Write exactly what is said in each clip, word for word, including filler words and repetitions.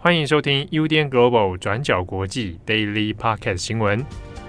欢迎收听 U D N Global 转角国际 Daily Podcast 新闻。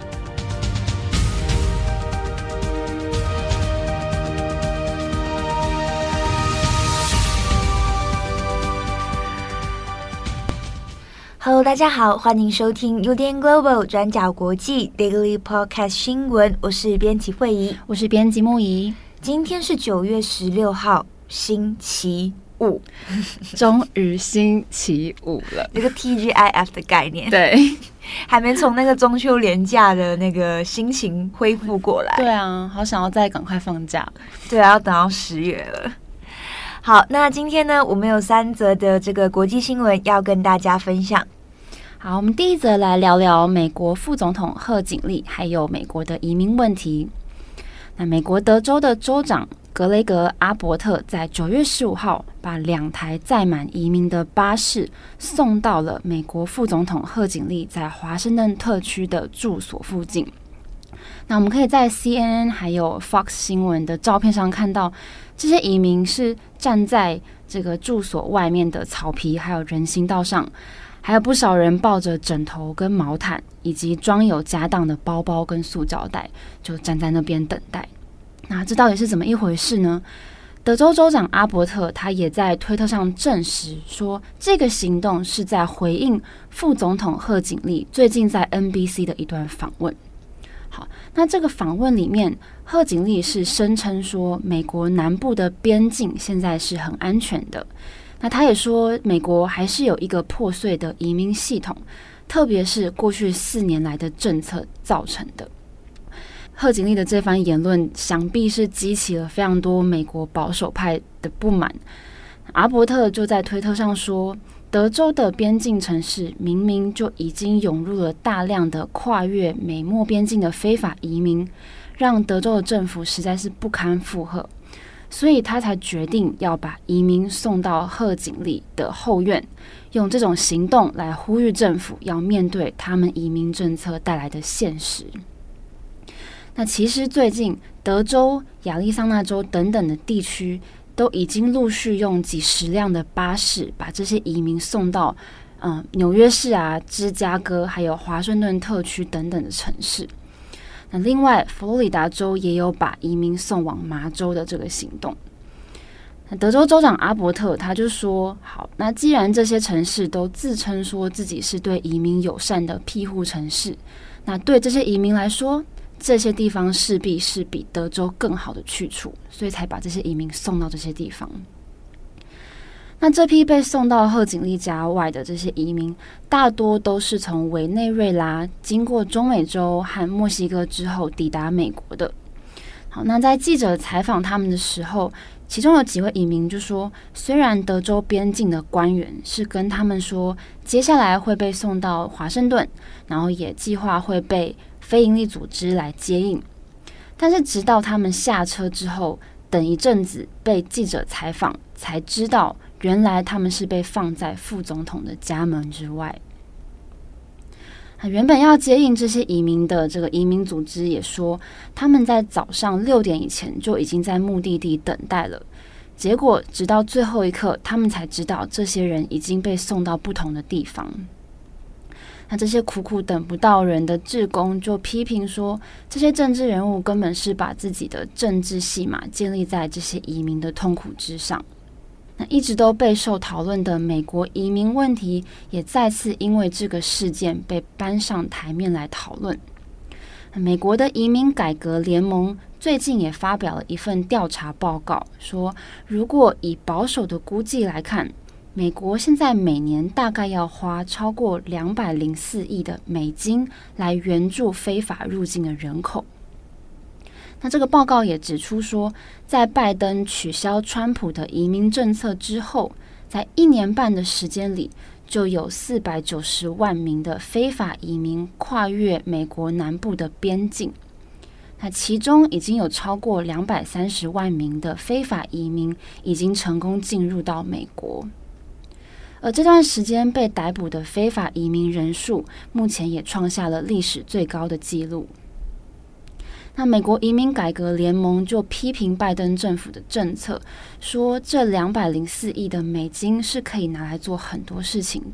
Hello， 大家好，欢迎收听 U D N Global 转角国际 Daily Podcast 新闻，我是编辑慧仪， 我是编辑木仪。 今天是九月十六号，星期五， 终于星期五了。 这个 T G I F 的概念， 对， 还没从那个中秋连假的那个心情恢复过来。 对啊，好想要再赶快放假。 对啊，要等到十月了。好，那今天呢，我们有三则的这个国际新闻要跟大家分享。 好，我们第一则来聊聊美国副总统贺锦丽，还有美国的移民问题。那美国德州的州长格雷格·阿伯特在九月十五号把两台载满移民的巴士送到了美国副总统贺锦丽在华盛顿特区的住所附近。那我们可以在 C N N 还有 Fox 新闻的照片上看到，这些移民是站在这个住所外面的草皮还有人行道上，还有不少人抱着枕头跟毛毯，以及装有家当的包包跟塑胶袋，就站在那边等待。那这到底是怎么一回事呢？德州州长阿伯特他也在推特上证实说，这个行动是在回应副总统贺锦丽最近在 N B C 的一段访问。好，那这个访问里面，贺锦丽是声称说，美国南部的边境现在是很安全的。那他也说，美国还是有一个破碎的移民系统，特别是过去四年来的政策造成的。贺锦丽的这番言论，想必是激起了非常多美国保守派的不满。阿伯特就在推特上说，德州的边境城市明明就已经涌入了大量的跨越美墨边境的非法移民，让德州的政府实在是不堪负荷。所以他才决定要把移民送到贺锦丽的后院，用这种行动来呼吁政府要面对他们移民政策带来的现实。那其实最近德州、亚利桑那州等等的地区都已经陆续用几十辆的巴士把这些移民送到嗯纽约市啊、芝加哥还有华盛顿特区等等的城市。那另外，佛罗里达州也有把移民送往麻州的这个行动。那德州州长阿伯特他就说，好，那既然这些城市都自称说自己是对移民友善的庇护城市，那对这些移民来说，这些地方势必是比德州更好的去处，所以才把这些移民送到这些地方。那这批被送到贺锦丽家外的这些移民，大多都是从委内瑞拉经过中美洲和墨西哥之后抵达美国的。好，那在记者采访他们的时候，其中有几位移民就说，虽然德州边境的官员是跟他们说，接下来会被送到华盛顿，然后也计划会被非营利组织来接应，但是直到他们下车之后，等一阵子被记者采访，才知道原来他们是被放在副总统的家门之外。原本要接应这些移民的这个移民组织也说，他们在早上六点以前就已经在目的地等待了。结果直到最后一刻，他们才知道这些人已经被送到不同的地方。那这些苦苦等不到人的志工就批评说，这些政治人物根本是把自己的政治戏码建立在这些移民的痛苦之上。那一直都备受讨论的美国移民问题，也再次因为这个事件被搬上台面来讨论。美国的移民改革联盟最近也发表了一份调查报告，说如果以保守的估计来看，美国现在每年大概要花超过两百零四亿的美金来援助非法入境的人口。那这个报告也指出说，在拜登取消川普的移民政策之后，在一年半的时间里，就有四百九十万名的非法移民跨越美国南部的边境。那其中已经有超过两百三十万名的非法移民已经成功进入到美国。而这段时间被逮捕的非法移民人数，目前也创下了历史最高的纪录。那美国移民改革联盟就批评拜登政府的政策，说这两百零四亿的美金是可以拿来做很多事情的，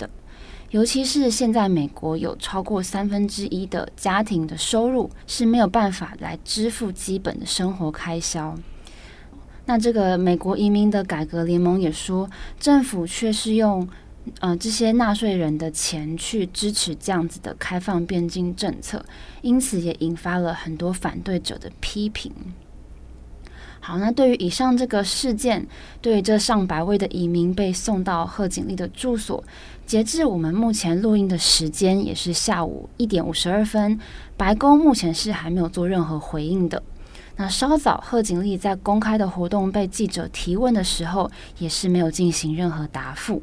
尤其是现在美国有超过三分之一的家庭的收入是没有办法来支付基本的生活开销。那这个美国移民的改革联盟也说，政府却是用呃这些纳税人的钱去支持这样子的开放边境政策，因此也引发了很多反对者的批评。好，那对于以上这个事件，对于这上百位的移民被送到贺锦丽的住所，截至我们目前录音的时间也是下午一点五十二分，白宫目前是还没有做任何回应的。那稍早，贺锦丽在公开的活动被记者提问的时候，也是没有进行任何答复。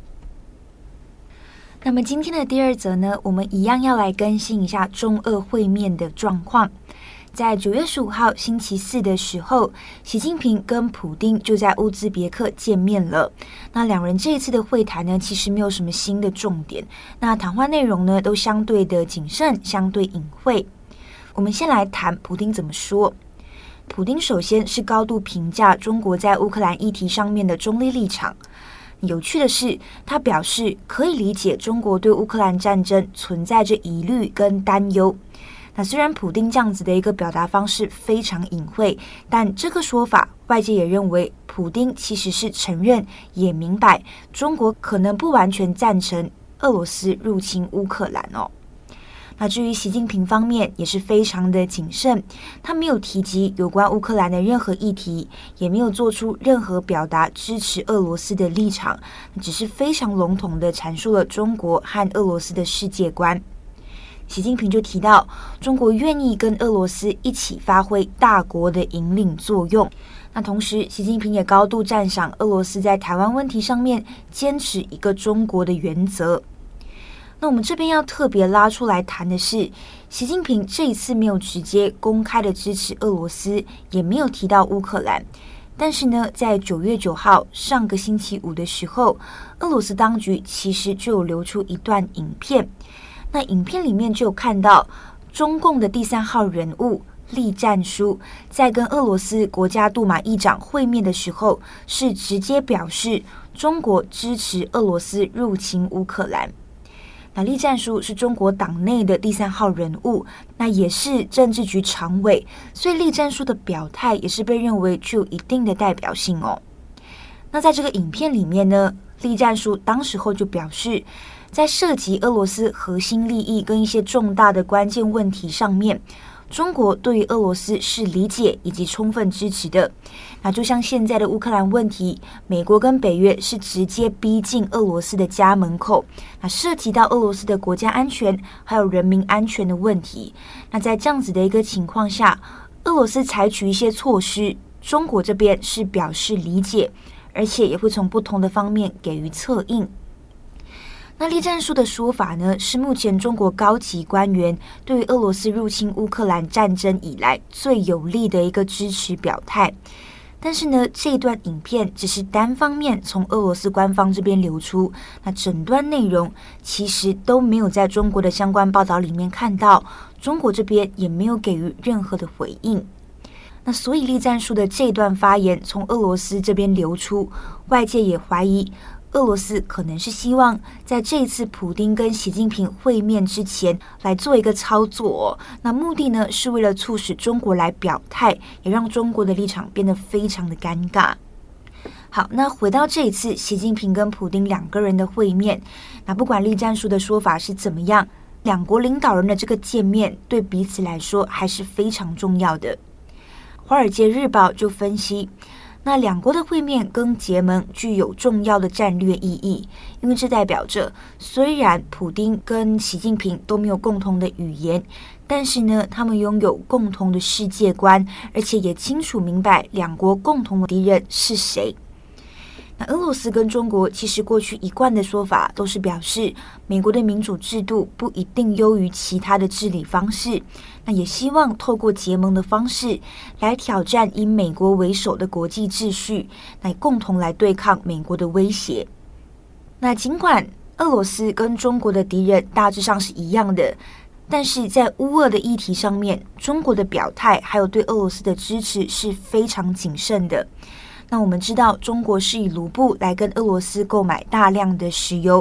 那么今天的第二则呢，我们一样要来更新一下中俄会面的状况。在九月十五号星期四的时候，习近平跟普丁就在乌兹别克见面了。那两人这一次的会谈呢，其实没有什么新的重点，那谈话内容呢，都相对的谨慎，相对隐晦。我们先来谈普丁怎么说。普丁首先是高度评价中国在乌克兰议题上面的中立立场。有趣的是，他表示可以理解中国对乌克兰战争存在着疑虑跟担忧。那虽然普丁这样子的一个表达方式非常隐晦，但这个说法外界也认为普丁其实是承认也明白中国可能不完全赞成俄罗斯入侵乌克兰哦。那至于习近平方面也是非常的谨慎，他没有提及有关乌克兰的任何议题，也没有做出任何表达支持俄罗斯的立场，只是非常笼统的阐述了中国和俄罗斯的世界观。习近平就提到，中国愿意跟俄罗斯一起发挥大国的引领作用。那同时，习近平也高度赞赏俄罗斯在台湾问题上面坚持一个中国的原则。那我们这边要特别拉出来谈的是，习近平这一次没有直接公开的支持俄罗斯，也没有提到乌克兰。但是呢，在九月九号上个星期五的时候，俄罗斯当局其实就有流出一段影片。那影片里面就有看到中共的第三号人物栗战书在跟俄罗斯国家杜马议长会面的时候，是直接表示中国支持俄罗斯入侵乌克兰。那栗战书是中国党内的第三号人物，那也是政治局常委，所以栗战书的表态也是被认为具有一定的代表性哦。那在这个影片里面呢，栗战书当时候就表示，在涉及俄罗斯核心利益跟一些重大的关键问题上面，中国对于俄罗斯是理解以及充分支持的。那就像现在的乌克兰问题，美国跟北约是直接逼近俄罗斯的家门口，那涉及到俄罗斯的国家安全还有人民安全的问题。那在这样子的一个情况下，俄罗斯采取一些措施，中国这边是表示理解，而且也会从不同的方面给予策应。那栗战书的说法呢，是目前中国高级官员对于俄罗斯入侵乌克兰战争以来最有力的一个支持表态。但是呢，这段影片只是单方面从俄罗斯官方这边流出，那整段内容其实都没有在中国的相关报道里面看到，中国这边也没有给予任何的回应。那所以栗战书的这段发言从俄罗斯这边流出，外界也怀疑俄罗斯可能是希望在这一次普丁跟习近平会面之前来做一个操作哦，那目的呢是为了促使中国来表态，也让中国的立场变得非常的尴尬。好，那回到这一次习近平跟普丁两个人的会面，那不管栗战书的说法是怎么样，两国领导人的这个见面对彼此来说还是非常重要的。华尔街日报就分析，那两国的会面跟结盟具有重要的战略意义，因为这代表着虽然普丁跟习近平都没有共同的语言，但是呢，他们拥有共同的世界观，而且也清楚明白两国共同的敌人是谁。那俄罗斯跟中国其实过去一贯的说法都是表示，美国的民主制度不一定优于其他的治理方式，那也希望透过结盟的方式来挑战以美国为首的国际秩序，来共同来对抗美国的威胁。那尽管俄罗斯跟中国的敌人大致上是一样的，但是在乌俄的议题上面，中国的表态还有对俄罗斯的支持是非常谨慎的。那我们知道，中国是以卢布来跟俄罗斯购买大量的石油，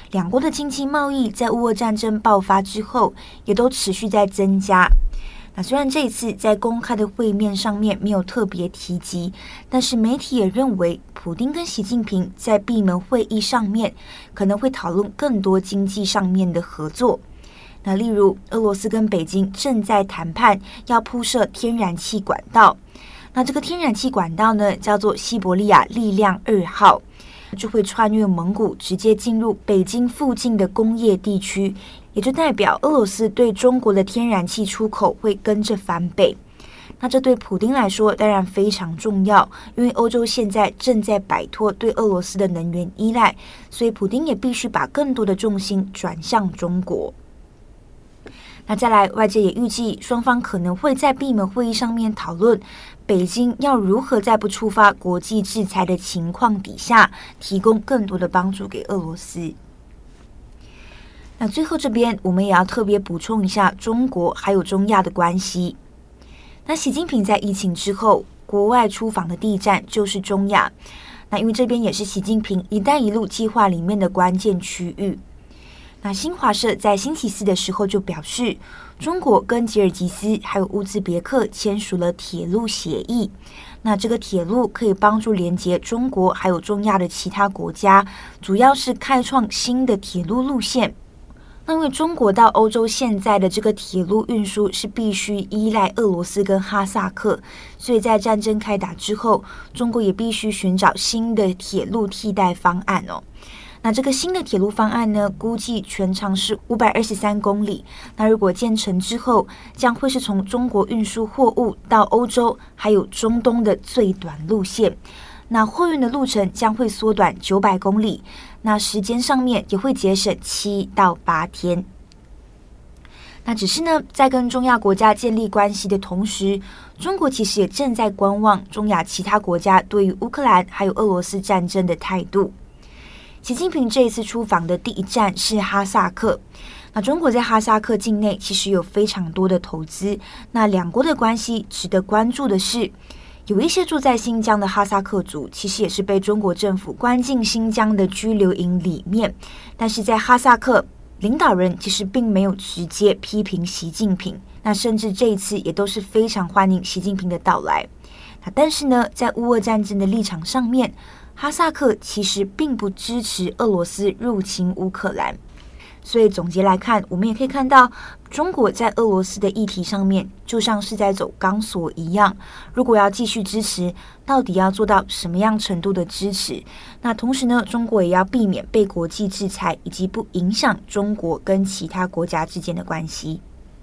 两国的经济贸易在乌俄战争爆发之后也都持续在增加。那虽然这一次在公开的会面上面没有特别提及，但是媒体也认为普丁跟习近平在闭门会议上面可能会讨论更多经济上面的合作。那例如俄罗斯跟北京正在谈判要铺设天然气管道，那这个天然气管道呢叫做西伯利亚力量二号，就会穿越蒙古直接进入北京附近的工业地区，也就代表俄罗斯对中国的天然气出口会跟着翻倍。那这对普丁来说当然非常重要，因为欧洲现在正在摆脱对俄罗斯的能源依赖，所以普丁也必须把更多的重心转向中国。那再来，外界也预计双方可能会在闭门会议上面讨论北京要如何在不触发国际制裁的情况底下提供更多的帮助给俄罗斯。那最后这边我们也要特别补充一下中国还有中亚的关系。那习近平在疫情之后国外出访的第一站就是中亚，那因为这边也是习近平一带一路计划里面的关键区域。那新华社在星期四的时候就表示，中国跟吉尔吉斯还有乌兹别克签署了铁路协议。那这个铁路可以帮助连接中国还有中亚的其他国家，主要是开创新的铁路路线。那因为中国到欧洲现在的这个铁路运输是必须依赖俄罗斯跟哈萨克，所以在战争开打之后，中国也必须寻找新的铁路替代方案哦。那这个新的铁路方案呢，估计全长是五百二十三公里。那如果建成之后，将会是从中国运输货物到欧洲还有中东的最短路线。那货运的路程将会缩短九百公里，那时间上面也会节省七到八天。那只是呢，在跟中亚国家建立关系的同时，中国其实也正在观望中亚其他国家对于乌克兰还有俄罗斯战争的态度。习近平这一次出访的第一站是哈萨克。那中国在哈萨克境内其实有非常多的投资，那两国的关系值得关注的是，有一些住在新疆的哈萨克族其实也是被中国政府关进新疆的拘留营里面，但是在哈萨克领导人其实并没有直接批评习近平，那甚至这一次也都是非常欢迎习近平的到来。那但是呢，在乌俄战争的立场上面，哈萨克其实并不支持俄罗斯入侵乌克兰。所以总结来看，我们也可以看到中国在俄罗斯的议题上面就像是在走钢索一样，如果要继续支持，到底要做到什么样程度的支持？那同时呢，中国也要避免被国际制裁，以及不影响中国跟其他国家之间的关系。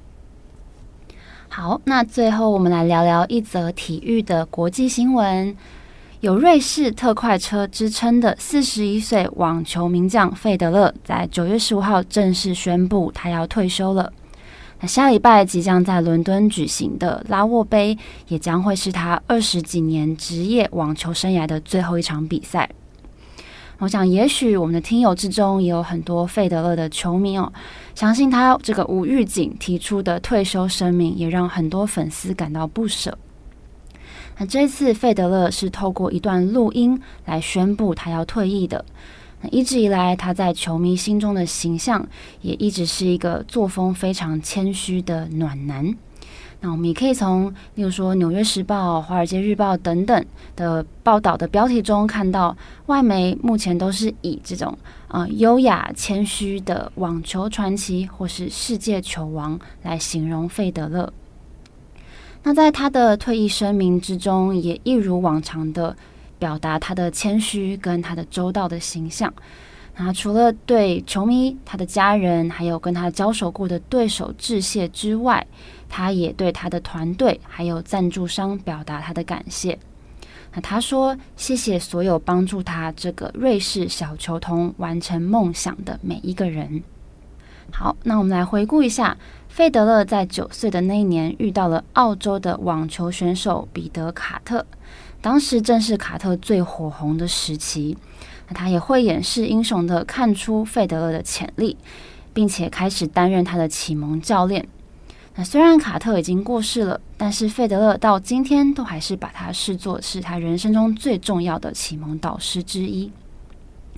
好，那最后我们来聊聊一则体育的国际新闻。有瑞士特快车之称的四十一岁网球名将费德勒，在九月十五号正式宣布他要退休了。那下礼拜即将在伦敦举行的拉沃杯，也将会是他二十几年职业网球生涯的最后一场比赛。我想，也许我们的听友之中也有很多费德勒的球迷哦，相信他这个无预警提出的退休声明，也让很多粉丝感到不舍。那这次费德勒是透过一段录音来宣布他要退役的。那一直以来他在球迷心中的形象也一直是一个作风非常谦虚的暖男。那我们也可以从例如说《纽约时报》、《华尔街日报》等等的报道的标题中看到，外媒目前都是以这种呃优雅谦虚的网球传奇或是世界球王来形容费德勒。那在他的退役声明之中，也一如往常的表达他的谦虚跟他的周到的形象。那除了对球迷、他的家人，还有跟他交手过的对手致谢之外，他也对他的团队还有赞助商表达他的感谢。那他说：“谢谢所有帮助他这个瑞士小球童完成梦想的每一个人。”好，那我们来回顾一下，费德勒在九岁的那一年遇到了澳洲的网球选手彼得卡特，当时正是卡特最火红的时期。那他也慧眼识英雄的看出费德勒的潜力，并且开始担任他的启蒙教练。那虽然卡特已经过世了，但是费德勒到今天都还是把他视作是他人生中最重要的启蒙导师之一。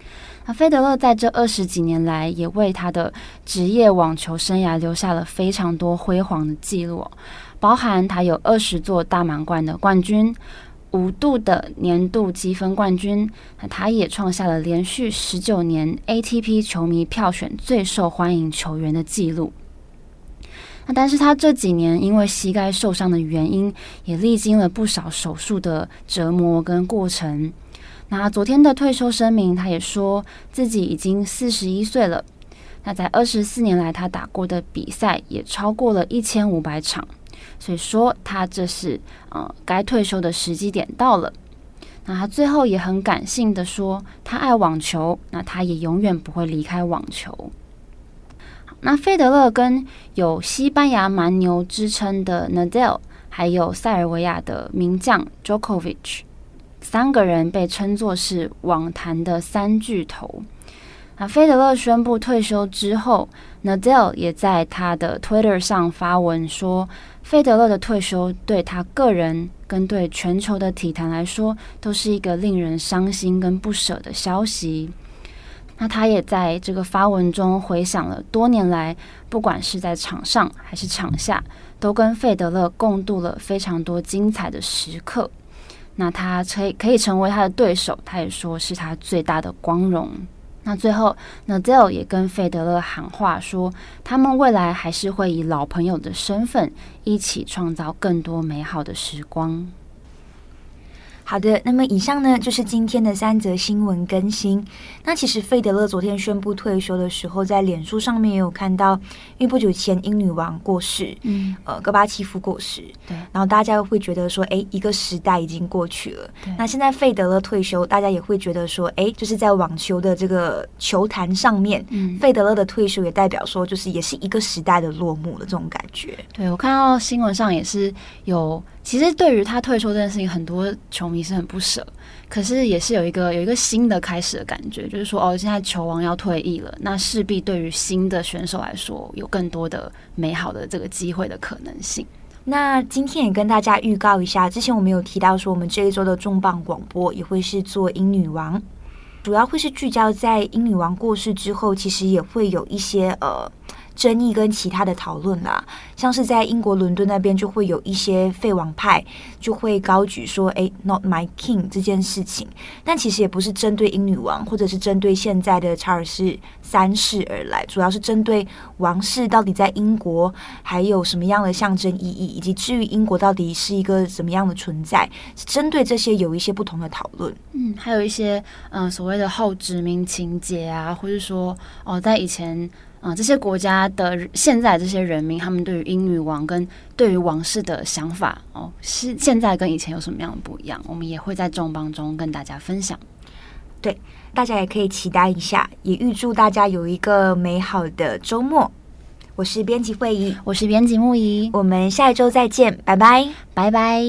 那费德勒在这二十几年来，也为他的职业网球生涯留下了非常多辉煌的记录，包含他有二十座大满贯的冠军，五度的年度积分冠军，那他也创下了连续十九年 A T P 球迷票选最受欢迎球员的记录。那但是他这几年因为膝盖受伤的原因，也历经了不少手术的折磨跟过程。那昨天的退休声明，他也说自己已经四十一岁了。那在二十四年来，他打过的比赛也超过了一千五百场，所以说他这是呃该退休的时机点到了。那他最后也很感性的说，他爱网球，那他也永远不会离开网球。那费德勒跟有西班牙蛮牛之称的 Nadal， 还有塞尔维亚的名将 Djokovic， 三个人被称作是网坛的三巨头。那费德勒宣布退休之后， Nadal 也在他的 Twitter 上发文说，费德勒的退休对他个人跟对全球的体坛来说，都是一个令人伤心跟不舍的消息。那他也在这个发文中回想了多年来，不管是在场上还是场下，都跟费德勒共度了非常多精彩的时刻。那他可以成为他的对手，他也说是他最大的光荣。那最后 Nadal 也跟费德勒喊话说，他们未来还是会以老朋友的身份一起创造更多美好的时光。 好的，那么以上呢就是今天的三则新闻更新。那其实费德勒昨天宣布退休的时候，在脸书上面也有看到，因为不久前英女王过世，嗯，呃，戈巴契夫过世，对，然后大家会觉得说，哎，一个时代已经过去了。那现在费德勒退休，大家也会觉得说，哎，就是在网球的这个球坛上面，嗯，费德勒的退休也代表说，就是也是一个时代的落幕的这种感觉。 对，我看到新闻上也是有。其实对于他退休这件事情，很多球迷是很不舍，可是也是有一个有一个新的开始的感觉，就是说哦，现在球王要退役了，那势必对于新的选手来说，有更多的美好的这个机会的可能性。 那今天也跟大家预告一下，之前我们有提到说，我们这一周的重磅广播也会是做英女王，主要会是聚焦在英女王过世之后，其实也会有一些呃。争议跟其他的讨论啦，像是在英国伦敦那边就会有一些废王派就会高举说，哎 ，Not my king 这件事情，但其实也不是针对英女王或者是针对现在的查尔斯三世而来，主要是针对王室到底在英国还有什么样的象征意义，以及至于英国到底是一个怎么样的存在，针对这些有一些不同的讨论。 嗯，还有一些嗯、呃、所谓的后殖民情节啊，或是说哦，在以前。嗯、呃，这些国家的现在这些人民，他们对于英女王跟对于王室的想法，哦，是现在跟以前有什么样的不一样？我们也会在重磅中跟大家分享。 对，大家也可以期待一下，也预祝大家有一个美好的周末。我是编辑会议， 我是编辑木仪， 我们下一周再见，拜拜， 拜拜。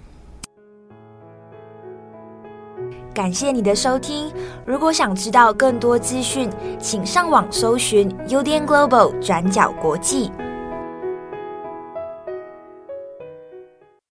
感谢你的收听。如果想知道更多资讯，请上网搜寻 U D N Global 转角国际。